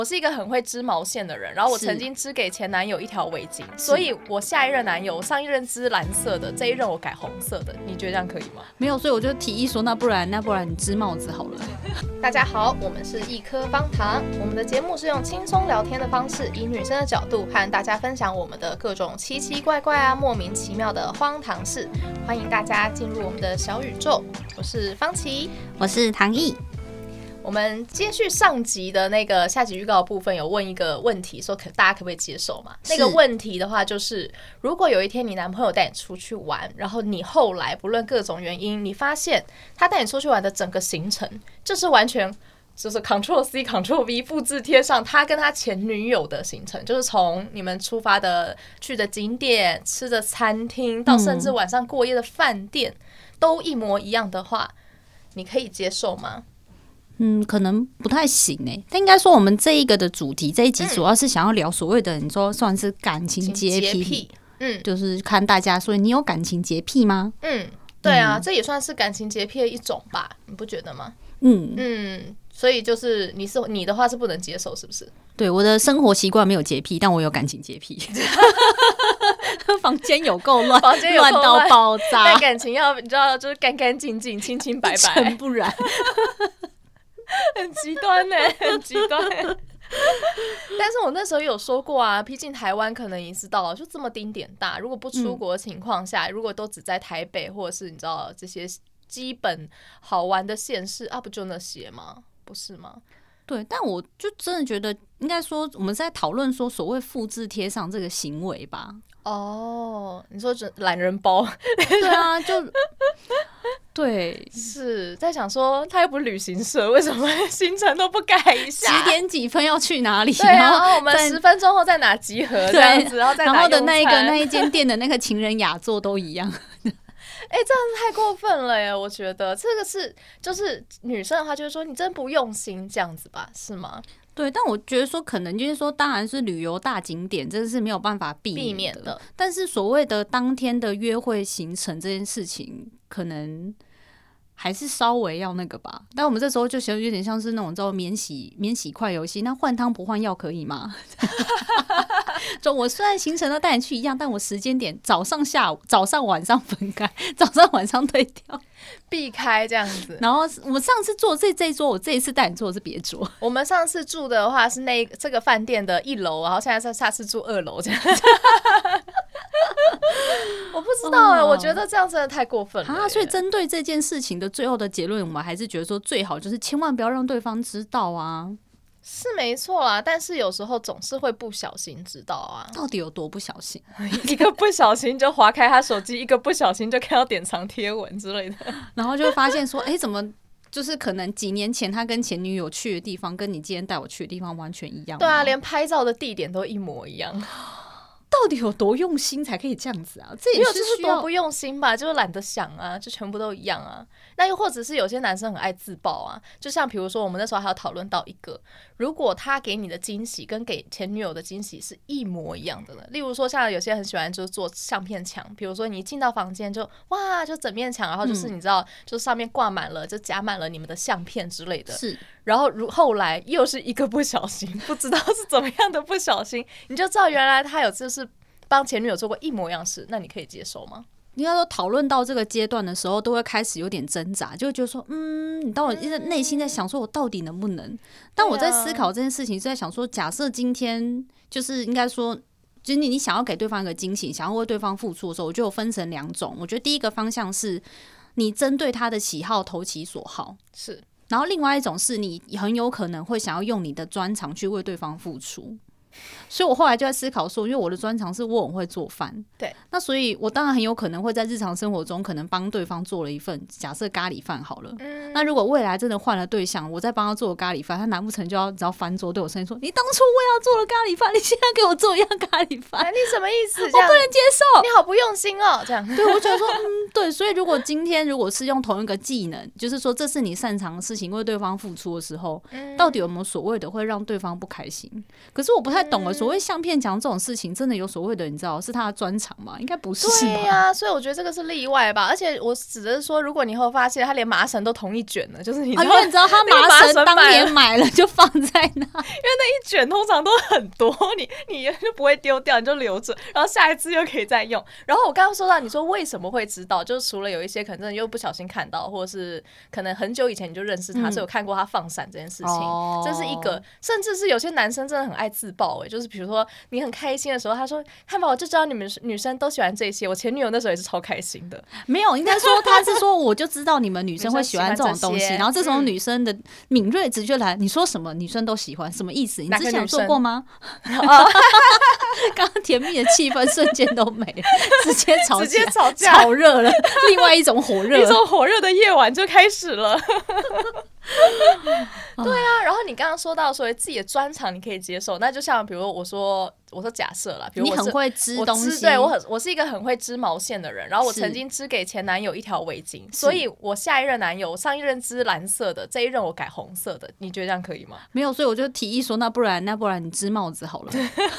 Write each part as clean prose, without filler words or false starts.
我是一个很会织毛线的人，然后我曾经织给前男友一条围巾，所以我下一任男友，我上一任织蓝色的，这一任我改红色的，你觉得这样可以吗？ 没有，所以我就提议说，那不然你织帽子好了。 大家好，我们是一颗方糖，我们的节目是用轻松聊天的方式，以女生的角度和大家分享我们的各种奇奇怪怪啊、莫名其妙的荒唐事，欢迎大家进入我们的小宇宙。我是方琦， 我是唐毅。 我们接续上集的那个下集预告的部分，有问一个问题，说大家可不可以接受嘛？那个问题的话，就是如果有一天你男朋友带你出去玩，然后你后来不论各种原因，你发现他带你出去玩的整个行程，就是完全就是 Ctrl+C、Ctrl+V 复制贴上他跟他前女友的行程，就是从你们出发的去的景点、吃的餐厅，到甚至晚上过夜的饭店，都一模一样的话，你可以接受吗？ 可能不太行欸。但应该说，我们这一个的主题，这一集主要是想要聊所谓的你说算是感情洁癖，就是看大家，所以你有感情洁癖吗？ 对啊，这也算是感情洁癖的一种吧，你不觉得吗？所以就是你的话是不能接受，是不是？ 对，我的生活习惯没有洁癖，但我有感情洁癖。房间有够乱， 房间有乱到爆炸， 但感情要你知道，就是干干净净、清清白白， 不然。 很极端呢，很极端。但是我那时候有说过啊，毕竟台湾可能你知道，就这么丁点大，如果不出国的情况下，如果都只在台北或者是你知道这些基本好玩的县市啊，不就那些吗？不是吗？ 对，但我就真的觉得，应该说我们是在讨论说所谓复制贴上这个行为吧。 哦，你说懒人包？ 对啊，就对， 是在想说他又不是旅行社，为什么行程都不改一下？ 几点几分要去哪里？ 对啊，然后我们10分钟后在哪集合这样子，然后在哪用餐， 然后的那一间店的那个情人雅座都一样。 这样太过分了耶！我觉得这个是就是女生的话，就是说你真不用心这样子吧，是吗？ 对，但我觉得说可能就是说，当然是旅游大景点，这是没有办法避免的。但是所谓的当天的约会行程这件事情，可能还是稍微要那个吧。但我们这时候就有点像是那种叫免洗筷游戏，那换汤不换药可以吗？就我虽然行程都带你去一样，但我时间点早上晚上分开，早上晚上对调， 避开这样子。 然后我们上次坐这一桌，我这一次带你坐的是别桌。 我们上次住的话是这个饭店的1楼，然后现在下次住2楼这样子。我不知道我觉得这样真的太过分了所以针对这件事情的最后的结论，我们还是觉得说最好就是千万不要让对方知道啊。 是没错啊，但是有时候总是会不小心知道啊。 到底有多不小心？ 一个不小心就滑开他手机，一个不小心就看到典藏贴文之类的， 然后就会发现说，怎么就是可能几年前他跟前女友去的地方，跟你今天带我去的地方完全一样。 对啊，连拍照的地点都一模一样。 到底有多用心才可以这样子啊？这也是就是多不用心吧，就是懒得想啊，就全部都一样啊。那又或者是有些男生很爱自爆啊，就像比如说我们那时候还有讨论到一个，如果他给你的惊喜跟给前女友的惊喜是一模一样的呢，例如说像有些很喜欢就是做相片墙，比如说你一进到房间就哇就整面墙，然后就是你知道就是上面挂满了就夹满了你们的相片之类的， 是。 然后后来又是一个不小心，不知道是怎么样的不小心，你就知道原来他有就是帮前女友做过一模一样事，那你可以接受吗？ 应该说讨论到这个阶段的时候，都会开始有点挣扎，就会觉得说，你到底内心在想说，我到底能不能？但我在思考这件事情，是在想说，假设今天就是应该说，就是你想要给对方一个惊喜，想要为对方付出的时候，我觉得我分成2种。我觉得第一个方向是你针对他的喜好投其所好， 是。 然后另外一种是你很有可能会想要用你的专长去为对方付出。所以我后来就在思考说，因为我的专长是我很会做饭， 对， 那所以我当然很有可能会在日常生活中可能帮对方做了一份假设咖喱饭好了，那如果未来真的换了对象，我再帮他做咖喱饭，他难不成就要只要翻桌对我声音说，你当初我也要做了咖喱饭，你现在给我做一样咖喱饭， 你什么意思？ 我不能接受， 你好不用心哦，这样。 对，我觉得说对，所以如果今天如果是用同一个技能，就是说这是你擅长的事情，为对方付出的时候，到底有没有所谓的会让对方不开心？可是我不太太懂了，所谓相片讲这种事情，真的有所谓的，你知道是他的专长吗？应该不是吧？ 对呀，所以我觉得这个是例外吧。而且我指的是说，如果你以后发现他连麻绳都同意卷了，就是你知道， 因为你知道他麻绳当年买了就放在那，因为那一卷通常都很多，你就不会丢掉，你就留着，然后下一次又可以再用。然后我刚刚说到，你说为什么会知道，就是除了有一些可能真的又不小心看到，或者是可能很久以前你就认识他，所以有看过他放闪这件事情，这是一个。甚至是有些男生真的很爱自爆，就是比如说你很开心的时候，他说看吧，我就知道你们女生都喜欢这些。我前女友那时候也是超开心的。 没有，应该说他是说我就知道你们女生会喜欢这种东西，然后这种女生的敏锐直觉来，你说什么女生都喜欢，什么意思？你之前有做过吗？刚刚甜蜜的气氛瞬间都没了，直接吵架，炒热了，另外一种火热， 一种火热的夜晚就开始了。对啊，然后你刚刚说到说自己的专长你可以接受，那就像比如我说假设啦，比如你很会织东西， 对，我是一个很会织毛线的人，然后我曾经织给前男友一条围巾，所以我下一任男友，我上一任织蓝色的，这一任我改红色的，你觉得这样可以吗？ 没有，所以我就提议说，那不然你织帽子好了。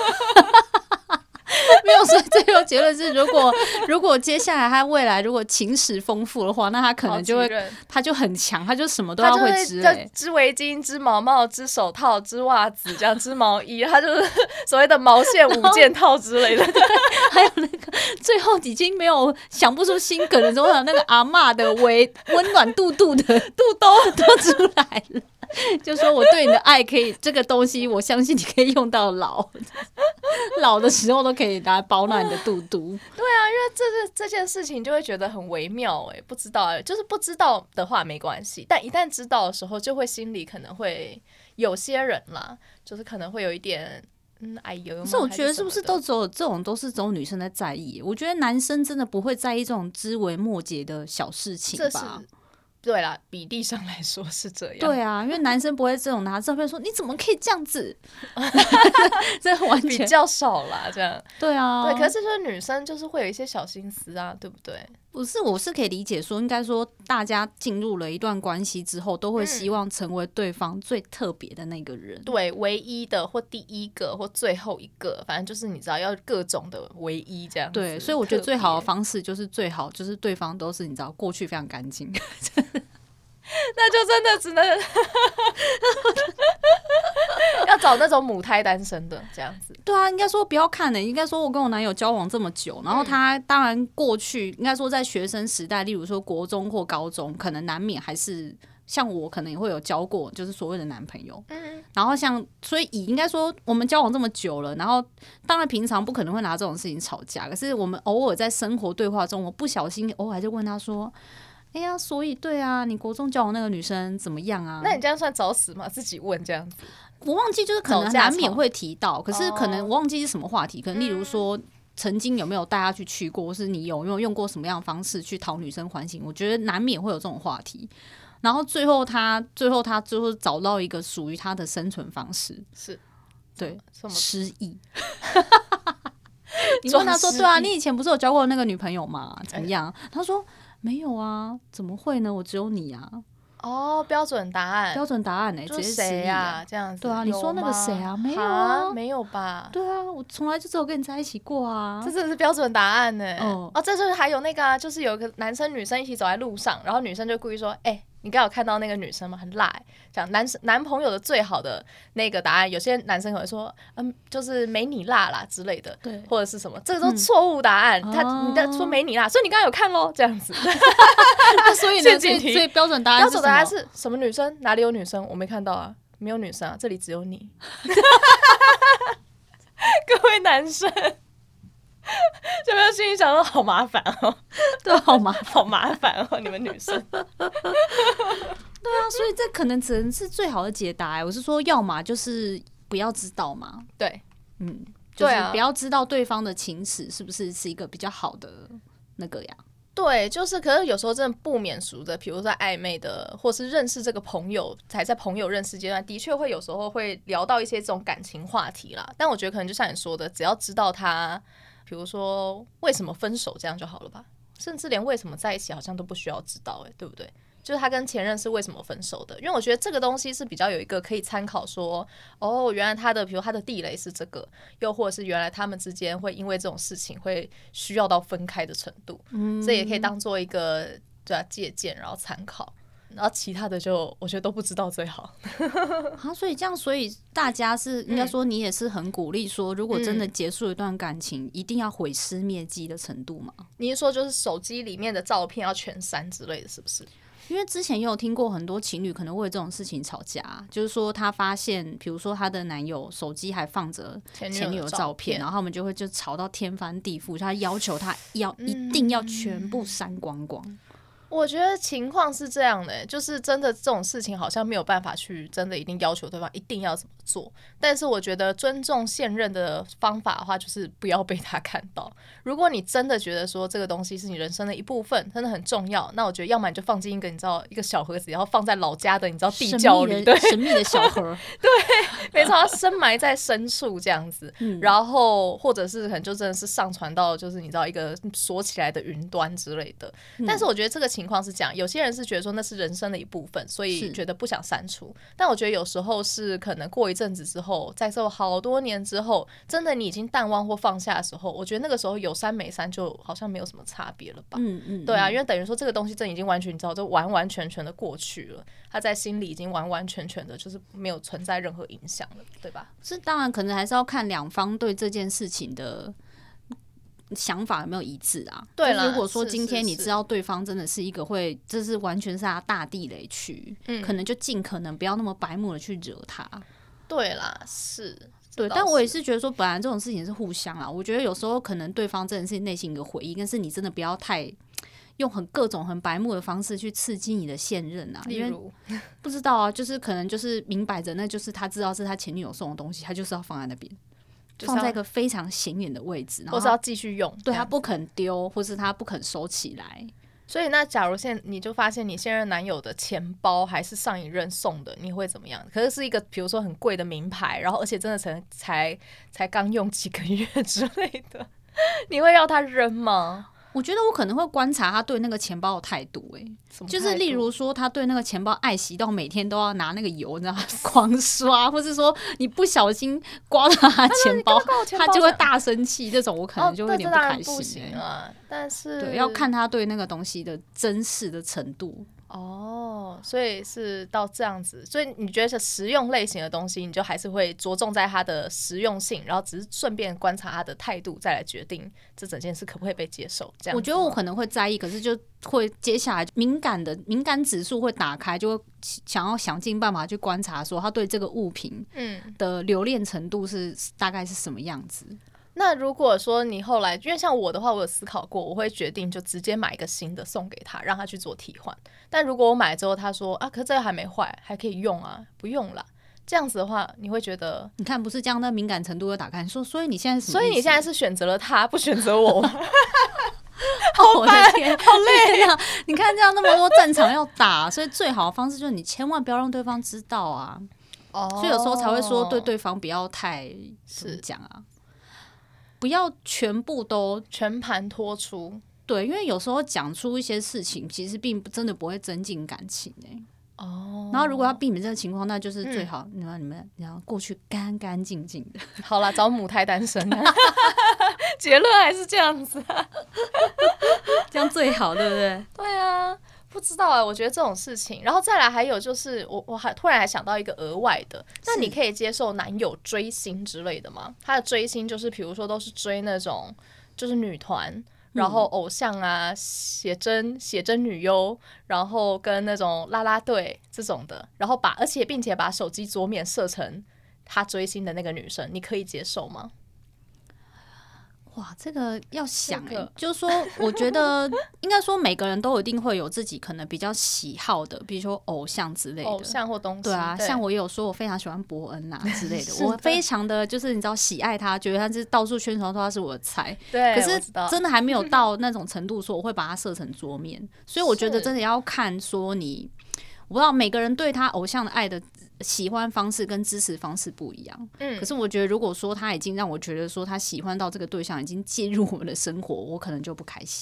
没有，所以最后结论是，如果接下来他未来如果情史丰富的话，那他可能就会，他就很强，他就什么都要会织， 织围巾、织毛帽、织手套、织袜子，这样织毛衣，他就是所谓的毛线五件套之类的。 对，还有那个最后已经没有想不出新梗的时候，那个阿嬷的温暖肚的肚兜都出来了。就说我对你的爱可以，这个东西我相信你可以用到老的时候都可以拿来保暖你的肚肚。 对啊，因为这件事情就会觉得很微妙不知道就是不知道的话没关系，但一旦知道的时候，就会心里可能会有些人啦，就是可能会有一点。哎呦， 可是我觉得是不是都只有这种都是只有女生在在意？我觉得男生真的不会在意这种枝微末节的小事情吧？ 对啦，比例上来说是这样。 对啊，因为男生不会这种拿照片说你怎么可以这样子，这完全比较少啦，这样。 对啊， 对，可是说女生就是会有一些小心思啊，对不对？ 不是，我是可以理解说，应该说大家进入了一段关系之后，都会希望成为对方最特别的那个人， 对，唯一的或第一个或最后一个，反正就是你知道要各种的唯一这样子。 对，所以我觉得最好的方式就是就是对方都是你知道过去非常干净。 那就真的只能要找那种母胎单身的这样子。 对啊，应该说不要看应该说我跟我男友交往这么久，然后他当然过去应该说在学生时代，例如说国中或高中，可能难免还是像我可能也会有交过就是所谓的男朋友，然后所以应该说我们交往这么久了，然后当然平常不可能会拿这种事情吵架，可是我们偶尔在生活对话中，我不小心偶尔就问他说哎呀，所以对啊，你国中交往那个女生怎么样啊？ 那你这样算找死吗？自己问这样子？ 我忘记，就是可能难免会提到，可是可能我忘记是什么话题，可能例如说曾经有没有带她去过，或是你有没有用过什么样的方式去讨女生欢心？我觉得难免会有这种话题。然后最后他找到一个属于他的生存方式， 是对失忆。你问他说：“对啊，你以前不是有交过那个女朋友吗？怎么样？”他说。没有啊，怎么会呢？我只有你啊！ 哦，标准答案直接谁啊？这样子， 对啊，你说那个谁啊？没有啊， 没有吧？ 对啊，我从来就只有跟你在一起过啊！ 这真的是标准答案呢。这就是还有那个就是有个男生女生一起走在路上，然后女生就故意说：“你刚有看到那个女生吗？很辣讲男朋友的最好的那个答案，有些男生可能说，就是没你辣啦之类的， 对， 或者是什么，这个都错误答案。你在说没你辣，所以你刚刚有看咯，这样子。 所以呢，所以标准答案是什么女生？哪里有女生？我没看到啊，没有女生啊，这里只有你。各位男生。有没有心里想说好麻烦哦？ 对，好麻烦哦，你们女生。对啊，所以这可能只能是最好的解答。我是说，要么就是不要知道嘛。 对， 就是不要知道对方的情史是不是一个比较好的那个呀？ 对，就是可是有时候真的不免俗的，比如说在暧昧的，或是认识这个朋友，才在朋友认识阶段，的确会有时候会聊到一些这种感情话题啦。但我觉得可能就像你说的，只要知道他。比如说为什么分手这样就好了吧，甚至连为什么在一起好像都不需要知道对不对？ 就是他跟前任是为什么分手的，因为我觉得这个东西是比较有一个可以参考说，原来他的比如他的地雷是这个，又或者是原来他们之间会因为这种事情会需要到分开的程度，这也可以当做一个借鉴然后参考。然后其他的就我觉得都不知道最好所以大家是应该说你也是很鼓励说，如果真的结束一段感情，一定要毁尸灭迹的程度吗？ 你是说就是手机里面的照片要全删之类的，是不是？ 因为之前也有听过很多情侣可能为这种事情吵架，就是说他发现比如说他的男友手机还放着前女友的照片，然后他们就会就吵到天翻地覆，他要求他一定要全部删光光。 我觉得情况是这样的，就是真的这种事情好像没有办法去真的一定要求对方一定要怎么做，但是我觉得尊重现任的方法的话，就是不要被他看到。如果你真的觉得说这个东西是你人生的一部分，真的很重要，那我觉得要么你就放进一个你知道一个小盒子，然后放在老家的你知道地窖里，对， 神秘的小盒对，没错，深埋在深处这样子然后或者是可能就真的是上传到就是你知道一个锁起来的云端之类的但是我觉得这个情况是这样，有些人是觉得说那是人生的一部分，所以觉得不想删除，但我觉得有时候是可能过一阵子之后，在这好多年之后，真的你已经淡忘或放下的时候，我觉得那个时候有删没删就好像没有什么差别了吧。对啊，因为等于说这个东西真的已经完全你知道就完完全全的过去了，他在心里已经完完全全的就是没有存在任何影响了，对吧？ 是当然可能还是要看两方对这件事情的想法有没有一致啊？ 对啦， 如果说今天你知道对方真的是一个会，这是完全是他大地雷区，可能就尽可能不要那么白目的去惹他。 对啦，是。 对，但我也是觉得说，本来这种事情是互相啦。我觉得有时候可能对方真的是内心一个回忆，但是你真的不要太用各种很白目的方式去刺激你的现任啊。 例如不知道啊，就是可能就是明摆着，那就是他知道是他前女友送的东西，他就是要放在那边。放在一个非常显眼的位置， 或是要继续用， 对，他不肯丢，或是他不肯收起来。 所以那假如你就发现你现任男友的钱包还是上一任送的，你会怎么样？可是是一个比如说很贵的名牌，然后而且真的才刚用几个月之类的，你会要他扔吗？ 我觉得我可能会观察他对那个钱包的态度，就是例如说他对那个钱包爱惜到每天都要拿那个油，你知道吗？狂刷，或是说你不小心刮到他钱包，他就会大生气，这种我可能就会有点不开心。 不行啊，但是对，要看他对那个东西的珍视的程度。 所以是到这样子，所以你觉得实用类型的东西，你就还是会着重在它的实用性，然后只是顺便观察他的态度，再来决定这整件事可不可以被接受。这样， 我觉得我可能会在意，可是就会接下来敏感指数会打开，就会想尽办法去观察，说他对这个物品的留恋程度是大概是什么样子。 那如果说你后来，因为像我的话，我有思考过，我会决定就直接买一个新的送给他，让他去做替换。但如果我买之后，他说可是这个还没坏，还可以用啊，不用啦。这样子的话，你会觉得， 你看不是这样，那敏感程度又打开，说所以你现在是什么意思？ 所以你现在是选择了他，不选择我吗？ 我的天，好累啊！你看这样那么多战场要打，所以最好的方式就是你千万不要让对方知道啊。所以有时候才会说对对方不要太怎么讲啊。不要全部都全盘托出， 对，因为有时候讲出一些事情，其实并真的不会增进感情然后如果要避免这个情况，那就是最好你们要过去干干净净的。 好啦，找母胎单身结论还是这样子这样最好，对不对？ 对啊。不知道我觉得这种事情，然后再来还有就是我还突然还想到一个额外的，那你可以接受男友追星之类的吗？他的追星就是比如说都是追那种就是女团，然后偶像啊、写真女优，然后跟那种啦啦队这种的，然后并且把手机桌面设成他追星的那个女生，你可以接受吗？ 哇，这个要想就是说，我觉得应该说每个人都一定会有自己可能比较喜好的，比如说偶像之类的， 偶像或东西。 对啊，像我也有说我非常喜欢伯恩之类的，我非常的就是你知道喜爱他，觉得他是到处宣传说他是我的菜。 对， 可是真的还没有到那种程度，说我会把它设成桌面。所以我觉得真的要看说我不知道每个人对他偶像的爱的喜欢方式跟支持方式不一样，可是我觉得如果说他已经让我觉得说他喜欢到这个对象已经介入我们的生活，我可能就不开心。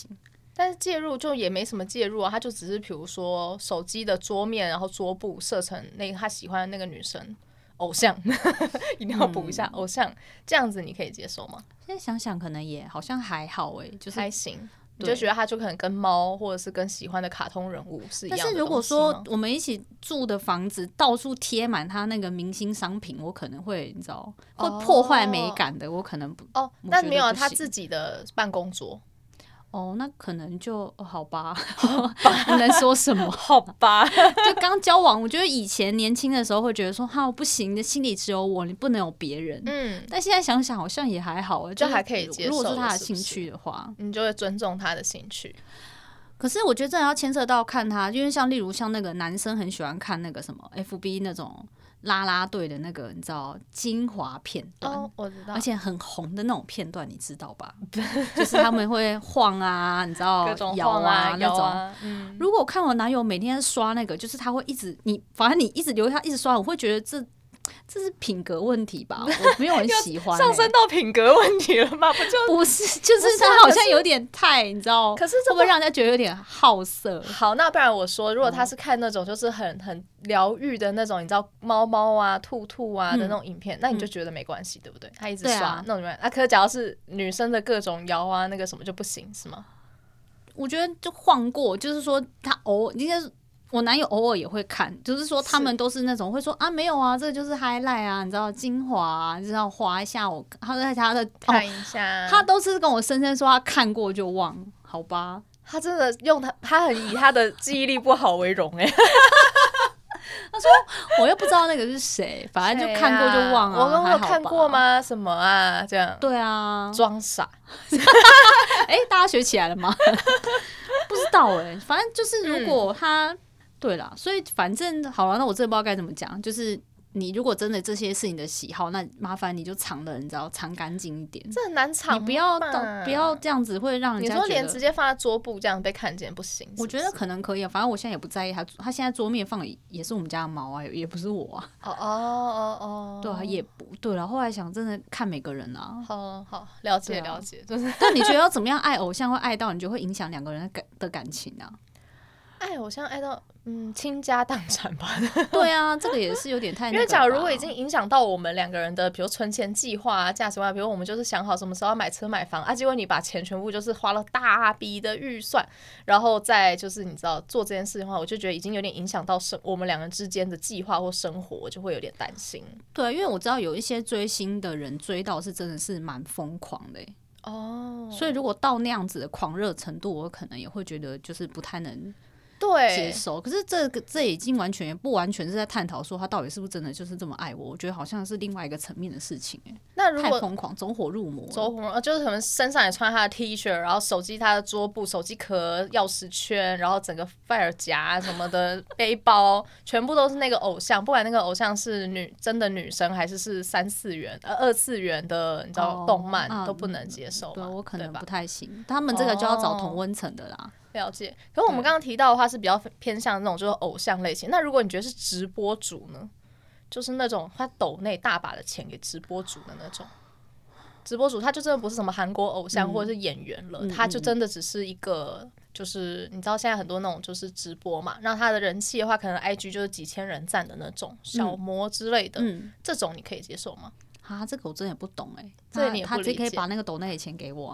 但是介入就也没什么介入啊，他就只是比如说手机的桌面，然后桌布设成那个他喜欢的那个女生偶像，一定要补一下偶像，这样子你可以接受吗？ 现在想想可能也好像还好就是还行。你就觉得他就可能跟猫或者是跟喜欢的卡通人物是一样的东西吗？ 但是如果说我们一起住的房子到处贴满他那个明星商品，我可能会你知道会破坏美感的，我可能不那没有他自己的办公桌。 那可能就好吧，不能说什么， 好吧。 就刚交往，我觉得以前年轻的时候会觉得说，哈，不行，你的心里只有我，你不能有别人。但现在想想好像也还好， 就还可以接受。 如果是他的兴趣的话， 你就会尊重他的兴趣。 可是我觉得真的要牵涉到看他，因为例如像那个男生很喜欢看那个什么 FB 那种啦啦队的那个，你知道精华片段， 我知道， 而且很红的那种片段，你知道吧？就是他们会晃啊，你知道摇啊那种。如果我看我男友每天刷那个，就是他会一直反正你一直留他一直刷，我会觉得这是品格问题吧？我没有很喜欢、 上升到品格问题了吗？ 不是，就是他好像有点太，你知道？ 可是会不会让人家觉得有点好色？ 好，那不然我说，如果他是看那种就是很疗愈的那种，你知道猫猫啊、兔兔啊的那种影片，那你就觉得没关系，对不对？他一直刷那种可是假如是女生的各种摇啊，那个什么就不行，是吗？ 我觉得就晃过，就是说他应该是。我男友偶尔也会看，就是说他们都是那种会说没有啊，这个就是 highlight 啊，你知道精华啊，就是要滑一下他的看一下， 他都是跟我深深说他看过就忘，好吧？ 他真的用他很以他的记忆力不好为荣他说我又不知道那个是谁，反正就看过就忘啊。 我有看过吗？什么啊？这样对啊， 装傻。 大家学起来了吗？不知道反正就是如果他。对啦，所以反正好了，那我真的不知道该怎么讲。就是你如果真的这些是你的喜好，那麻烦你就藏的，你知道藏干净一点。 这很难藏， 你不要这样子，会让人家觉得。 你说连直接放在桌布这样被看见不行是不是？ 我觉得可能可以，反正我现在也不在意他现在桌面放的也是我们家的猫啊，也不是我啊。对啊，也不对了。后来想，真的看每个人啊。 好，了解了解。 但你觉得要怎么样爱偶像，会爱到你觉得会影响两个人的感情啊？ 爱偶像爱到倾家荡产吧。 对啊，这个也是有点太那个吧。 因为假如如果已经影响到我们两个人的比如存钱计划啊、价值观，比如我们就是想好什么时候要买车买房结果你把钱全部就是花了大笔的预算，然后再就是你知道做这件事情的话，我就觉得已经有点影响到我们两个人之间的计划或生活，我就会有点担心。 对，因为我知道有一些追星的人追到是真的是蛮疯狂的所以如果到那样子的狂热程度，我可能也会觉得就是不太能接受。可是这已经完全不完全是在探讨说他到底是不是真的就是这么爱我，我觉得好像是另外一个层面的事情那如果太疯狂，走火入魔就是可能身上也穿他的 T 恤，然后手机他的桌布、手机壳、钥匙圈，然后整个 fire 夹什么的背包全部都是那个偶像，不管那个偶像是真的女生还是2次元的你知道动漫都不能接受。 对，我可能不太行，他们这个就要找同温层的啦。 了解。可是我们刚刚提到的话是比较偏向那种就是偶像类型，那如果你觉得是直播主呢，就是那种他抖内大把的钱给直播主的那种直播主，他就真的不是什么韩国偶像或者是演员了，他就真的只是一个就是你知道现在很多那种就是直播嘛，让他的人气的话可能 IG 就是几千人赞的那种小模之类的，这种你可以接受吗？ 这个我真的也不懂这你也不理解。 他直接可以把那个抖内的钱给我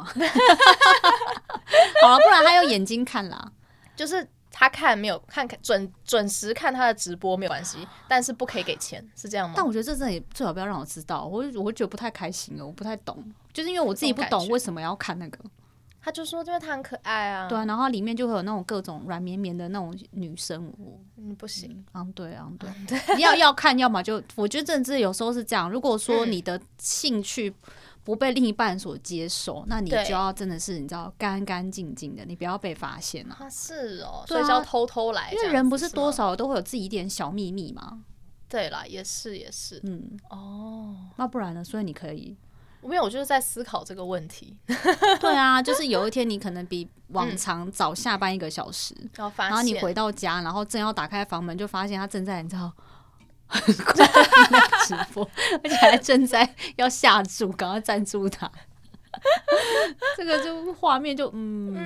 好了，不然他用眼睛看啦。 就是他看没有看准时看他的直播没有关系，但是不可以给钱，是这样吗？ 但我觉得这真的也最好不要让我知道，我会觉得不太开心我不太懂，就是因为我自己不懂为什么要看那个。 他就说因为他很可爱啊。 对啊，然后里面就会有那种各种软绵绵的那种女生不行。 对要看，要么就我觉得真的有时候是这样。如果说你的兴趣不被另一半所接受，那你就要真的是你知道干干净净的，你不要被发现是所以就要偷偷来， 因为人不是多少都会有自己一点小秘密嘛。 对啦，也是那不然呢？所以你可以。 没有，我就是在思考这个问题。 对啊，就是有一天你可能比往常早下班1个小时，然后你回到家，然后正要打开房门，就发现他正在你知道很快的直播，而且还正在要下注，赶快赞助他。这个就画面就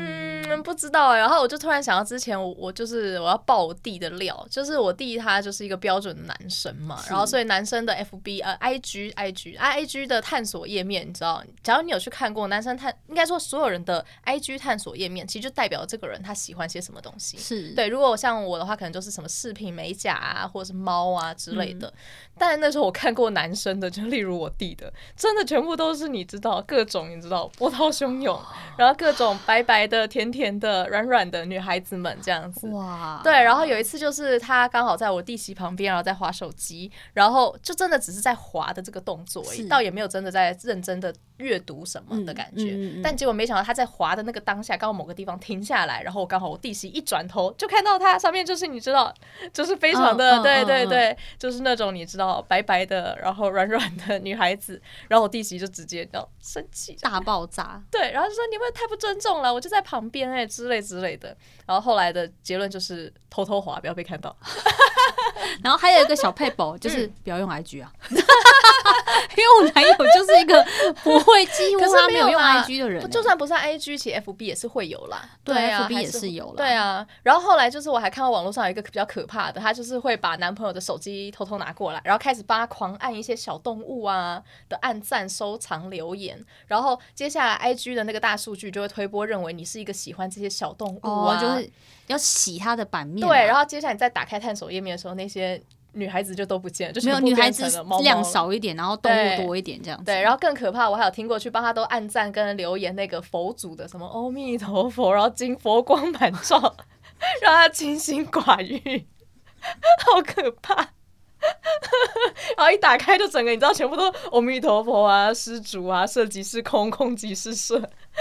不知道然后我就突然想到之前我就是我要爆我弟的料，就是我弟他就是一个标准的男生嘛，然后所以男生的 FB IG 的探索页面，你知道，假如你有去看过男生应该说所有人的 IG 探索页面，其实就代表这个人他喜欢些什么东西。 是对，如果像我的话，可能就是什么饰品、美甲啊，或者是猫啊之类的。但那时候我看过男生的，就例如我弟的，真的全部都是你知道各种你知道波涛汹涌，然后各种白白的、甜甜的、软软的女孩子们这样子。哇，对。然后有一次就是他刚好在我弟媳旁边，然后在滑手机，然后就真的只是在滑的这个动作而已，倒也没有真的在认真的阅读什么的感觉。但结果没想到他在滑的那个当下，刚好某个地方停下来，然后刚好我弟媳一转头就看到他上面就是你知道，就是非常的对对对，就是那种你知道白白的，然后软软的女孩子，然后我弟媳就直接生气大爆炸， 对，然后就说你们太不尊重了，我就在旁边之类之类的。然后后来的结论就是偷偷滑，不要被看到。 然后还有一个小撇步就是不要用 IG 啊。因为我男友就是一个不会，几乎他没有用 IG 的人， 就算不是 IG， 其实 FB 也是会有啦。 对啊 ，FB 也是有啦。 对啊，然后后来就是我还看到网络上有一个比较可怕的，他就是会把男朋友的手机偷偷拿过来，然后开始帮他狂按一些小动物啊的按赞、收藏、留言，然后接下来 IG 的那个大数据就会推播认为你是一个喜欢这些小动物啊， 就是要洗他的版面。 对，然后接下来你再打开探索页面的时候，那些女孩子就都不见了，就全部变成了猫猫， 女孩子量少一点，然后动物多一点这样子。 对，然后更可怕，我还有听过去帮他都按赞跟留言那个佛祖的什么阿弥陀佛，然后经佛光满照，让他清心寡欲，好可怕。然后一打开就整个你知道全部都阿弥陀佛啊、施主啊、色即是空，空即是色。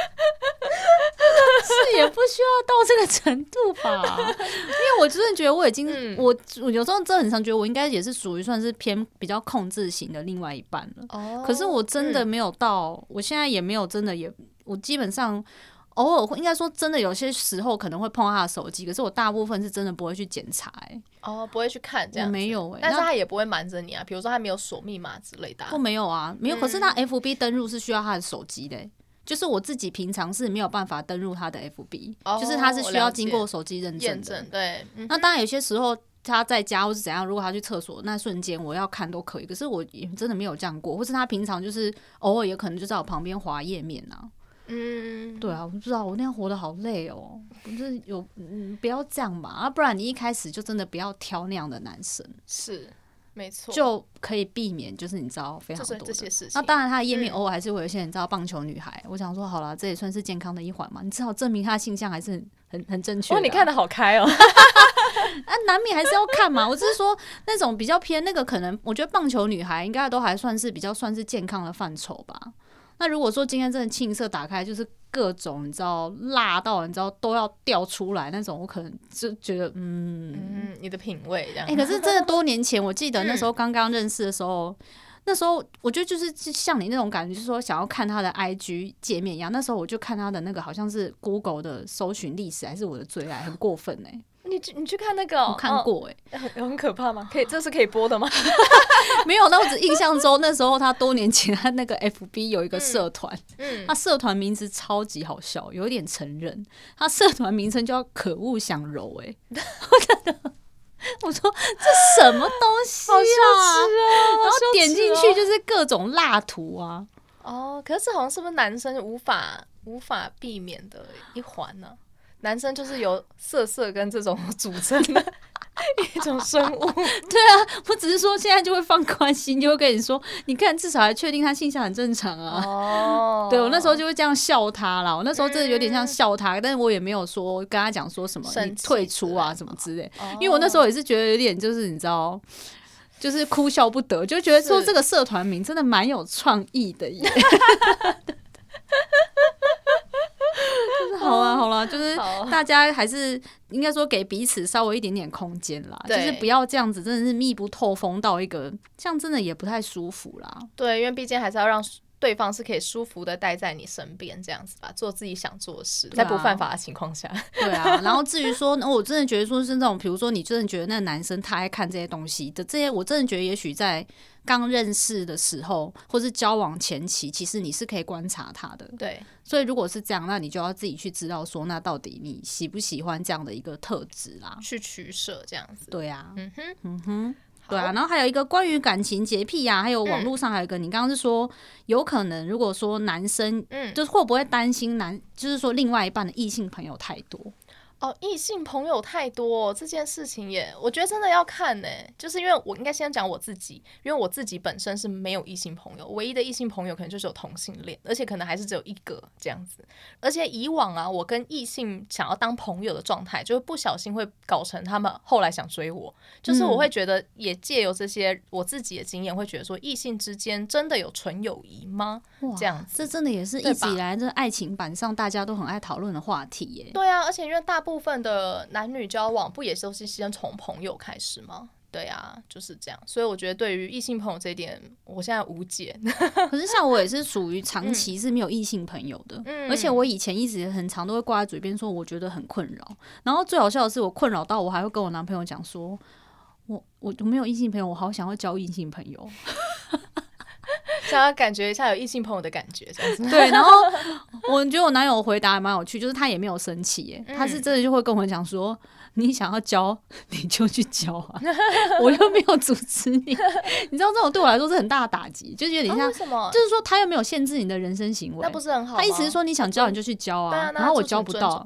是也不需要到这个程度吧，因为我真的觉得我已经，我有时候真的很常觉得我应该也是属于算是偏比较控制型的另外一半了。可是我真的没有到，我现在也没有真的我基本上偶尔会，应该说真的有些时候可能会碰到他的手机，可是我大部分是真的不会去检查。 不会去看这样子。 我没有但是他也不会瞒着你啊，比如说他没有锁密码之类的。 我没有啊，没有。可是他 FB 登入是需要他的手机的。就是我自己平常是没有办法登入他的 FB，就是他是需要经过手机认证的。 对， 那当然有些时候他在家或是怎样，如果他去厕所那瞬间我要看都可以，可是我也真的没有这样过，或是他平常就是偶尔也可能就在我旁边滑页面啊。对啊，我不知道，我那样活得好累哦。我就是不要这样嘛，不然你一开始就真的不要挑那样的男生。 是。没错， 就可以避免，就是你知道非常多的这些事情。 那当然，他的页面偶尔还是会有一些人知道棒球女孩。我想说，好了，这也算是健康的一环嘛。你至少证明他的性向还是很正确的。 你看得好开哦。 难免还是要看嘛。我只是说那种比较偏那个，可能我觉得棒球女孩应该都还算是比较算是健康的范畴吧。那如果说今天真的青色打开，就是各种你知道辣到你知道都要掉出来那种，我可能就觉得你的品味这样。 可是真的多年前，我记得那时候刚刚认识的时候，那时候我觉得就是像你那种感觉，就是说想要看他的 IG 界面一样。那时候我就看他的那个好像是 Google 的搜寻历史，还是我的最爱，很过分你去看那个我看过很可怕吗？这是可以播的吗？ 没有，那我只印象中那时候他多年前他那个 FB 有一个社团，他社团名字超级好笑，有一点成人，他社团名称叫可恶想揉我说这什么东西啊？ 好羞耻然后点进去就是各种辣图啊。 可是好像是不是男生无法避免的一环呢？男生就是由色跟这种组成的一种生物。 对啊，我只是说现在就会放宽心，就会跟你说，你看至少还确定他性向很正常啊。对，我那时候就会这样笑他啦。我那时候真的有点像笑他，但是我也没有说跟他讲说什么你退出啊什么之类。因为我那时候也是觉得有点就是你知道，就是哭笑不得，就觉得说这个社团名真的蛮有创意的耶。好啦，就是大家还是应该说给彼此稍微一点点空间啦，就是不要这样子，真的是密不透风到一个，这样真的也不太舒服啦。 对，因为毕竟还是要让对方是可以舒服的待在你身边这样子吧，做自己想做的事，在不犯法的情况下。 对啊，然后至于说我真的觉得说是那种比如说你真的觉得那个男生他爱看这些东西的，这些我真的觉得也许在刚认识的时候或是交往前期，其实你是可以观察他的。 对， 所以如果是这样，那你就要自己去知道说那到底你喜不喜欢这样的一个特质啦， 去取舍这样子。 对啊， 哼对啊，然后还有一个关于感情洁癖啊，还有网络上还有一个，你刚刚是说有可能如果说男生，就是会不会担心就是说另外一半的异性朋友太多？ 异性朋友太多这件事情我觉得真的要看就是因为我应该先讲我自己，因为我自己本身是没有异性朋友，唯一的异性朋友可能就是有同性恋，而且可能还是只有一个这样子。而且以往啊，我跟异性想要当朋友的状态，就会不小心会搞成他们后来想追我，就是我会觉得也借由这些我自己的经验，会觉得说异性之间真的有纯友谊吗？这样子， 这真的也是一直以来这爱情版上大家都很爱讨论的话题耶。 对啊，而且因为大部分的男女交往不也都是先从朋友开始吗？对啊，就是这样。所以我觉得对于异性朋友这一点，我现在无解。 可是像我也是属于长期是没有异性朋友的，而且我以前一直很常都会挂在嘴边说我觉得很困扰。然后最好笑的是，我困扰到我还会跟我男朋友讲说，我没有异性朋友，我好想要交异性朋友。 想要感觉一下有异性朋友的感觉，这样子。 对，然后我觉得我男友回答还蛮有趣，就是他也没有生气耶，他是真的就会跟我讲说，你想要交你就去交啊，我又没有阻止你。你知道这种对我来说是很大的打击，就是有点像， 为什么？ 就是说他又没有限制你的人生行为， 那不是很好吗？ 他意思是说你想交你就去交啊，然后我交不到。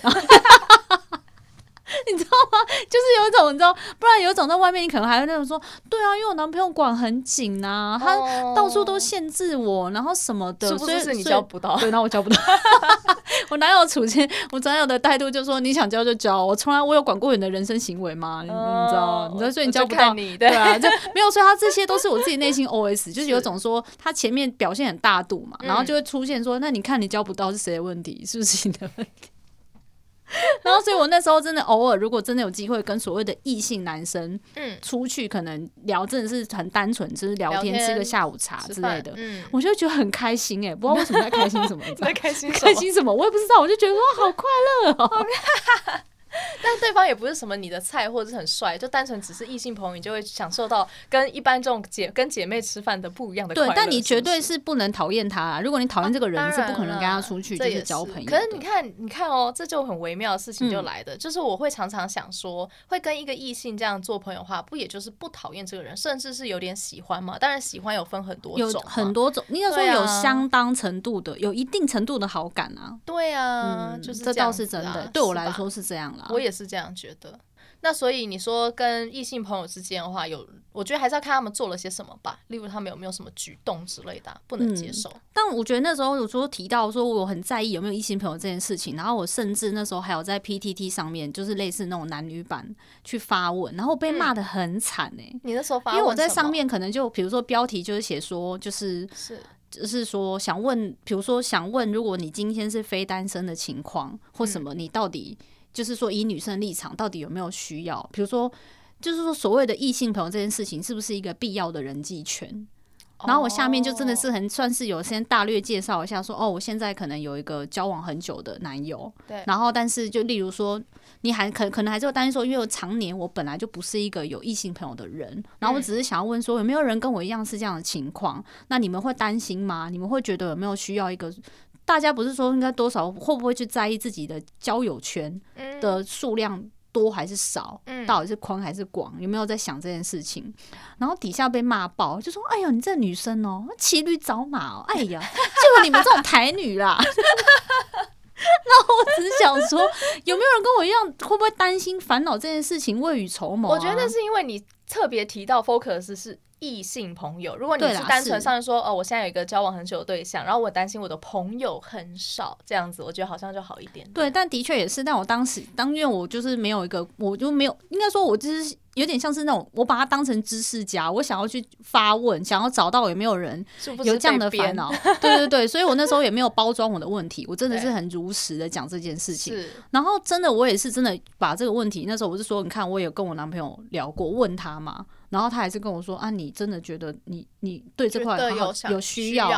你知道吗？就是有一种，你知道，不然有一种在外面，你可能还会那种说，对啊，因为我男朋友管很紧啊，他到处都限制我，然后什么的， 是不是你交不到？ 对，然后我交不到。我男友处境，我男友的态度就说，你想交就交，我有管过你的人生行为吗？你知道，所以你交不到，对啊，就没有。所以他这些都是我自己内心 OS， 就是有一种说他前面表现很大度嘛，然后就会出现说，那你看你交不到是谁的问题？是不是你的问题？然后，所以我那时候真的偶尔，如果真的有机会跟所谓的异性男生出去，可能聊真的是很单纯，就是聊天吃个下午茶之类的，我就觉得很开心不知道为什么在开心什么， 在开心什么，我也不知道，我就觉得哇，好快乐哦。 但对方也不是什么你的菜或者是很帅，就单纯只是异性朋友，你就会享受到跟一般这种跟姐妹吃饭的不一样的快乐。 对，但你绝对是不能讨厌他啊！如果你讨厌这个人，是不可能跟他出去就是交朋友。 可是你看哦，这就很微妙的事情就来的，就是我会常常想说，会跟一个异性这样做朋友的话，不也就是不讨厌这个人，甚至是有点喜欢嘛？当然喜欢有分很多种， 有很多种，应该说有相当程度的，有一定程度的好感啊。 对啊，就是这倒是真的，对我来说是这样啦。 我也是这样觉得。那所以你说跟异性朋友之间的话，我觉得还是要看他们做了些什么吧，例如他们有没有什么举动之类的不能接受。 但我觉得那时候有说提到说我很在意有没有异性朋友这件事情，然后我甚至那时候还有在 PTT 上面就是类似那种男女版去发文，然后被骂得很惨你那时候发文因为我在上面可能就比如说标题就是写说就是说想问，比如说想问，如果你今天是非单身的情况或什么，你到底就是说以女生立场到底有没有需要？比如说，就是说所谓的异性朋友这件事情是不是一个必要的人际圈？然后我下面就真的是算是有先大略介绍一下说，我现在可能有一个交往很久的男友， 对， 然后但是就例如说，你还可能还是有担心说，因为我常年我本来就不是一个有异性朋友的人，然后我只是想要问说，有没有人跟我一样是这样的情况？那你们会担心吗？你们会觉得有没有需要一个？大家不是说应该多少会不会去在意自己的交友圈的数量多还是少，到底是宽还是广，有没有在想这件事情？然后底下被骂爆，就说：“哎呀，你这女生哦，骑驴找马哦，哎呀，就有你们这种台女啦。”那我只是想说，有没有人跟我一样，会不会担心烦恼这件事情，未雨绸缪？ 我觉得是因为你特别提到 focus 是异性朋友，如果你是单纯上说我现在有一个交往很久的对象，然后我担心我的朋友很少，这样子我觉得好像就好一点点。 对，但的确也是，但我因为我就是没有一个，我就没有，应该说我就是有点像是那种，我把它当成知识家，我想要去发问，想要找到有没有人有这样的烦恼。对对对，所以我那时候也没有包装我的问题，我真的是很如实的讲这件事情。然后真的我也是真的把这个问题，那时候我是说，你看我有跟我男朋友聊过，问他嘛。然后他还是跟我说啊，你真的觉得你对这块有需要，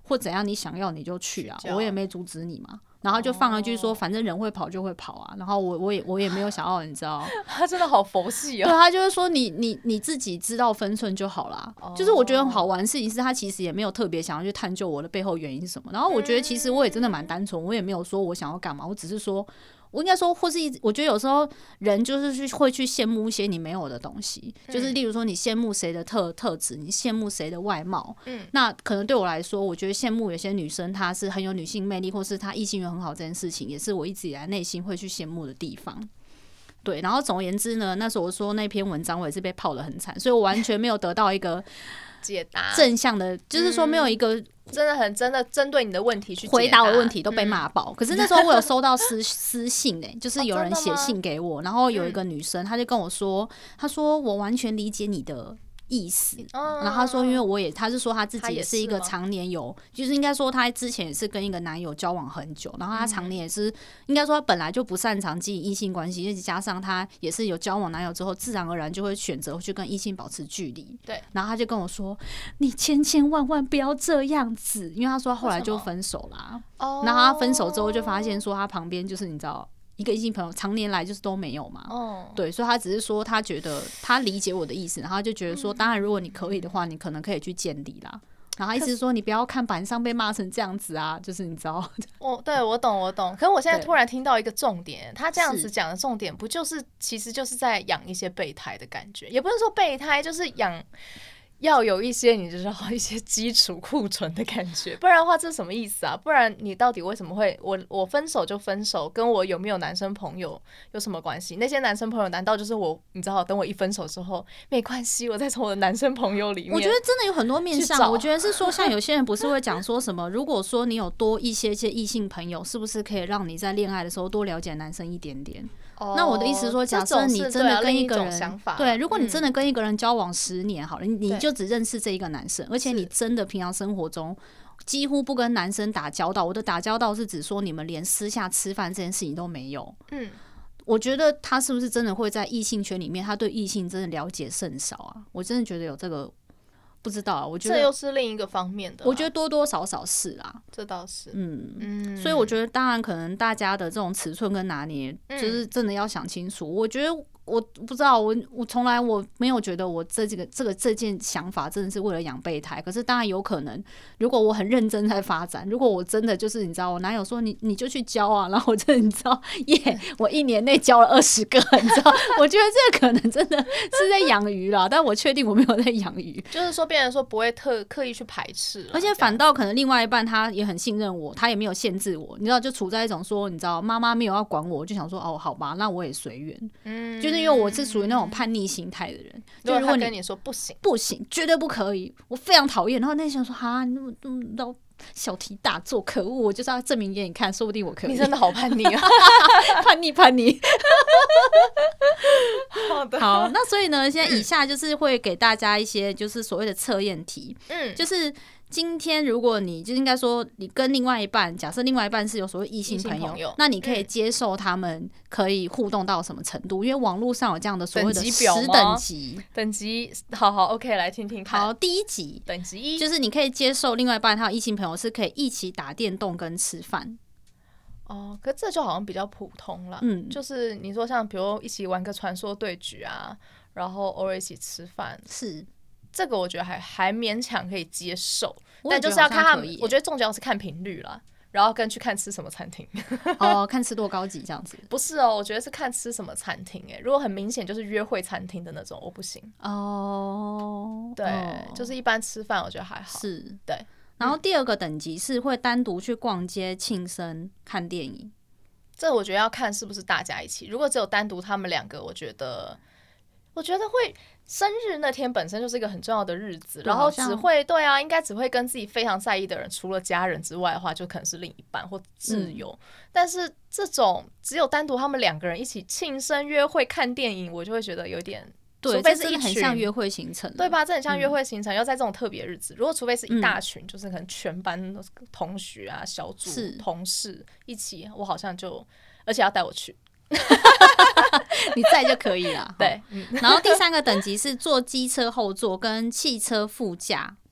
或怎样，你想要你就去啊，我也没阻止你嘛。然后就放了句说，反正人会跑就会跑啊。然后我也没有想要，你知道， 他真的好佛系哦。 对，他就会说你自己知道分寸就好啦。就是我觉得很好玩的事情是，他其实也没有特别想要去探究我的背后原因是什么。然后我觉得其实我也真的蛮单纯，我也没有说我想要干嘛，我只是说。我应该说，或是我觉得有时候人就是会去羡慕一些你没有的东西，就是例如说你羡慕谁的特质，你羡慕谁的外貌，那可能对我来说，我觉得羡慕有些女生她是很有女性魅力，或是她异性缘很好这件事情，也是我一直以来内心会去羡慕的地方。对，然后总而言之呢，那时候我说那篇文章我也是被泡得很惨，所以我完全没有得到一个解答正向的，就是说没有一个。 真的针对你的问题去回答我的问题都被骂爆。可是那时候我有收到私信就是有人写信给我，然后有一个女生，她就跟我说，她说我完全理解你的意思，然后她说，因为她是说她自己也是一个常年有，就是应该说她之前也是跟一个男友交往很久，然后她常年也是应该说她本来就不擅长经营异性关系，加上她也是有交往男友之后，自然而然就会选择去跟异性保持距离。 对， 然后她就跟我说，你千万不要这样子，因为她说后来就分手啦。然后她分手之后就发现说，她旁边就是你知道。一个异性朋友常年来就是都没有嘛，对，所以他只是说他觉得他理解我的意思，然后他就觉得说，当然如果你可以的话，你可能可以去见礼啦。然后他意思是说，你不要看板上被骂成这样子啊，就是你知道。 对，我懂。可是我现在突然听到一个重点，他这样子讲的重点，不就是其实就是在养一些备胎的感觉，也不是说备胎，就是养。要有一些你知道一些基础库存的感觉，不然的话这是什么意思啊？不然你到底为什么会我分手就分手，跟我有没有男生朋友有什么关系？那些男生朋友难道就是你知道等我一分手之后没关系，我再从我的男生朋友里面， 我觉得真的有很多面向。我觉得是说像有些人不是会讲说什么，如果说你有多一些异性朋友，是不是可以让你在恋爱的时候多了解男生一点点？那我的意思是说，假设你真的跟一个人，对，如果你真的跟一个人交往10年好了，你就只认识这一个男生，而且你真的平常生活中几乎不跟男生打交道。我的打交道是指说你们连私下吃饭这件事情都没有。我觉得他是不是真的会在异性圈里面，他对异性真的了解甚少啊？我真的觉得有这个。不知道啊，我觉得这又是另一个方面的。 我觉得多多少少是啦， 这倒是。 所以我觉得，当然可能大家的这种尺寸跟拿捏，就是真的要想清楚。我觉得我不知道，我从来我没有觉得我这件想法真的是为了养备胎。可是当然有可能，如果我很认真在发展，如果我真的就是你知道，我男友说你就去交啊，然后我真的你知道我1年内交了20个，你知道，我觉得这可能真的是在养鱼啦，但我确定我没有在养鱼， 就是说变成说不会刻意去排斥， 而且反倒可能另外一半他也很信任我，他也没有限制我，你知道，就处在一种说你知道妈妈没有要管我，就想说哦好吧，那我也随缘，就是因为我是属于那种叛逆心态的人，就如果他跟你说不行， 绝对不可以，我非常讨厌。然后那想说哈，你那么小题大做，可恶！我就是要证明给你看，说不定我可以。 你真的好叛逆啊， 叛逆。 好的， 好，那所以呢，现在以下就是会给大家一些就是所谓的测验题，就是。今天如果你就应该说你跟另外一半，假设另外一半是有所谓异性朋友，那你可以接受他们可以互动到什么程度？因为网络上有这样的所谓的10 等级，好 OK， 来听听看。 好，第一集等级1 就是你可以接受另外一半他有异性朋友是可以一起打电动跟吃饭。 可这就好像比较普通了。就是你说像比如一起玩个传说对决啊，然后偶尔一起吃饭， 是。 这个我觉得还勉强可以接受，但就是要看他们，我觉得重点是看频率啦，然后跟去看吃什么餐厅。 看吃多高级这样子？ 不是哦，我觉得是看吃什么餐厅。如果很明显就是约会餐厅的那种，我不行。对，就是一般吃饭我觉得还好。 是， 对。 然后第二个等级是会单独去逛街、庆生、看电影。 这我觉得要看是不是大家一起。如果只有单独他们2个，我觉得会。生日那天本身就是一个很重要的日子，然后应该只会跟自己非常在意的人，除了家人之外的话，就可能是另一半或挚友。但是这种只有单独他们2个人一起庆生、约会、看电影，我就会觉得有点，除非是一群， 很像约会行程， 对吧？这很像约会行程，要在这种特别日子。如果除非是一大群，就是可能全班同学啊、小组同事一起，我好像就，而且要带我去。 你在就可以了。 对， 然后第3个等级是坐机车后座跟汽车副驾。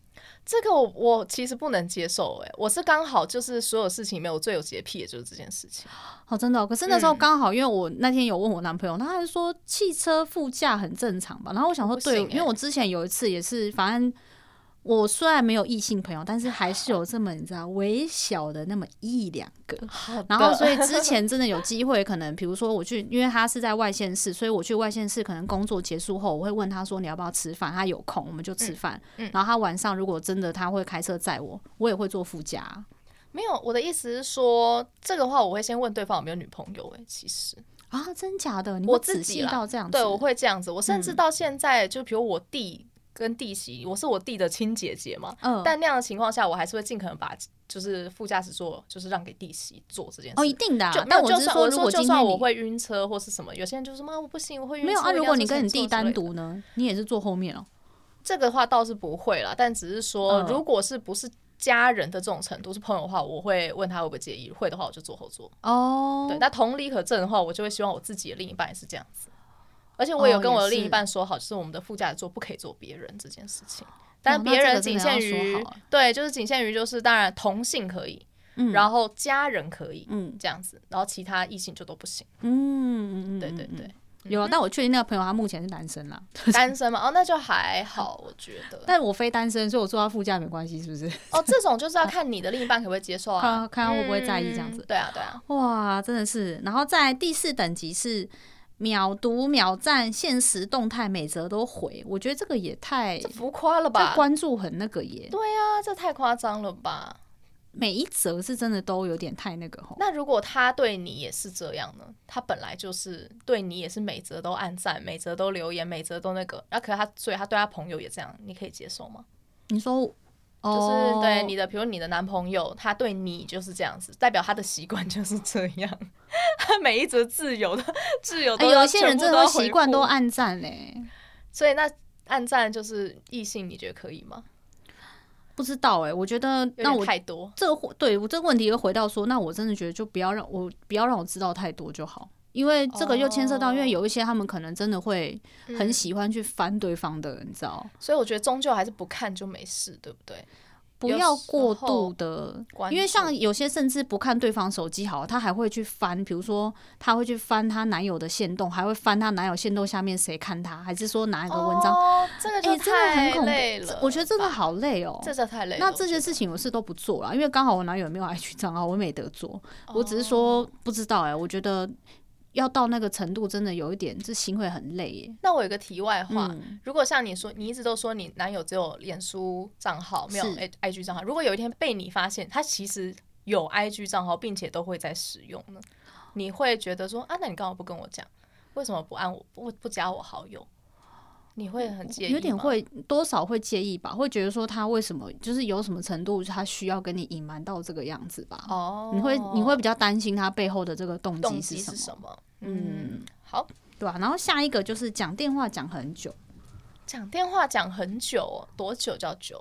这个我其实不能接受我是刚好就是所有事情里面我最有洁癖的就是这件事情。 真的可是那时候刚好因为我那天有问我男朋友，他还说汽车副驾很正常吧，然后我想说对，因为我之前有一次也是，反正我虽然没有异性朋友，但是还是有这么你知道微小的那么1-2个，然后所以之前真的有机会，可能比如说我去，因为他是在外县市，所以我去外县市，可能工作结束后，我会问他说你要不要吃饭，他有空我们就吃饭，然后他晚上如果真的他会开车载我，我也会坐副驾。 没有，我的意思是说，这个话我会先问对方有没有女朋友其实真假的？你会仔细到这样子？ 对，我会这样子，我甚至到现在就比如我弟跟弟媳，我是我弟的亲姐姐嘛，但那样的情况下，我还是会尽可能把就是副驾驶座就是让给弟媳做这件事。 一定的但我是说，如果就算我会晕车或是什么，有些人就说妈我不行，我会晕车。 没有如果你跟你弟单独呢，你也是坐后面这个话倒是不会啦，但只是说，如果是不是家人的这种程度是朋友的话，我会问他会不会介意，会的话我就坐后座。对，但同理可证的话，我就会希望我自己的另一半也是这样子。而且我有跟我的另一半说好，就是我们的副驾驶座不可以坐别人这件事情。但别人仅限于对，就是仅限于就是当然同性可以，然后家人可以，这样子，然后其他异性就都不行。对对对。 有但我确定那个朋友他目前是单身啦。 单身吗？那就还好，我觉得。 但我非单身，所以我坐他副驾没关系，是不是？ 这种就是要看你的另一半可不可以接受啊， 看他会不会在意这样子。 对啊，对啊。 哇，真的是。然后在第4等级是秒读秒赞，限时动态每则都回，我觉得这个也太浮夸了吧？ 这关注很那个耶。 对啊，这太夸张了吧？ 每一则是真的都有点太那个那如果他对你也是这样呢？他本来就是对你也是每则都按赞，每则都留言，每则都那个，可是所以他对他朋友也这样，你可以接受吗？ 你说就是对你的，比如你的男朋友，他对你就是这样子，代表他的习惯就是这样。他每一则自由都有一些人真的习惯都按赞嘞， 所以那按赞就是异性，你觉得可以吗？ 不知道我觉得那我太多。 对我这个问题又回到说，那我真的觉得就不要让我知道太多就好，因为这个又牵涉到，因为有一些他们可能真的会很喜欢去翻对方的，你知道？ 所以我觉得终究还是不看就没事，对不对？ 不要过度的，因为像有些甚至不看对方手机好，他还会去翻，比如说他会去翻他男友的限动，还会翻他男友限动下面谁看他，还是说哪一个文章？ 这个就太累了， 我觉得真的好累这太累了。 那这些事情我是都不做了，因为刚好我男友也没有 IG 账号，我没得做。我只是说不知道我觉得。要到那个程度，真的有一点，这心会很累耶。 那我有个题外话，如果像你说，你一直都说你男友只有脸书账号，没有 IG 账号，如果有一天被你发现他其实有 IG 账号，并且都会在使用呢，你会觉得说那你干嘛不跟我讲？为什么不加我好友？你会很介意吗？ 有点会，多少会介意吧，会觉得说他为什么就是有什么程度他需要跟你隐瞒到这个样子吧。你会比较担心他背后的这个动机是什么？ 好， 对吧？然后下一个就是讲电话讲很久， 讲电话讲很久多久叫久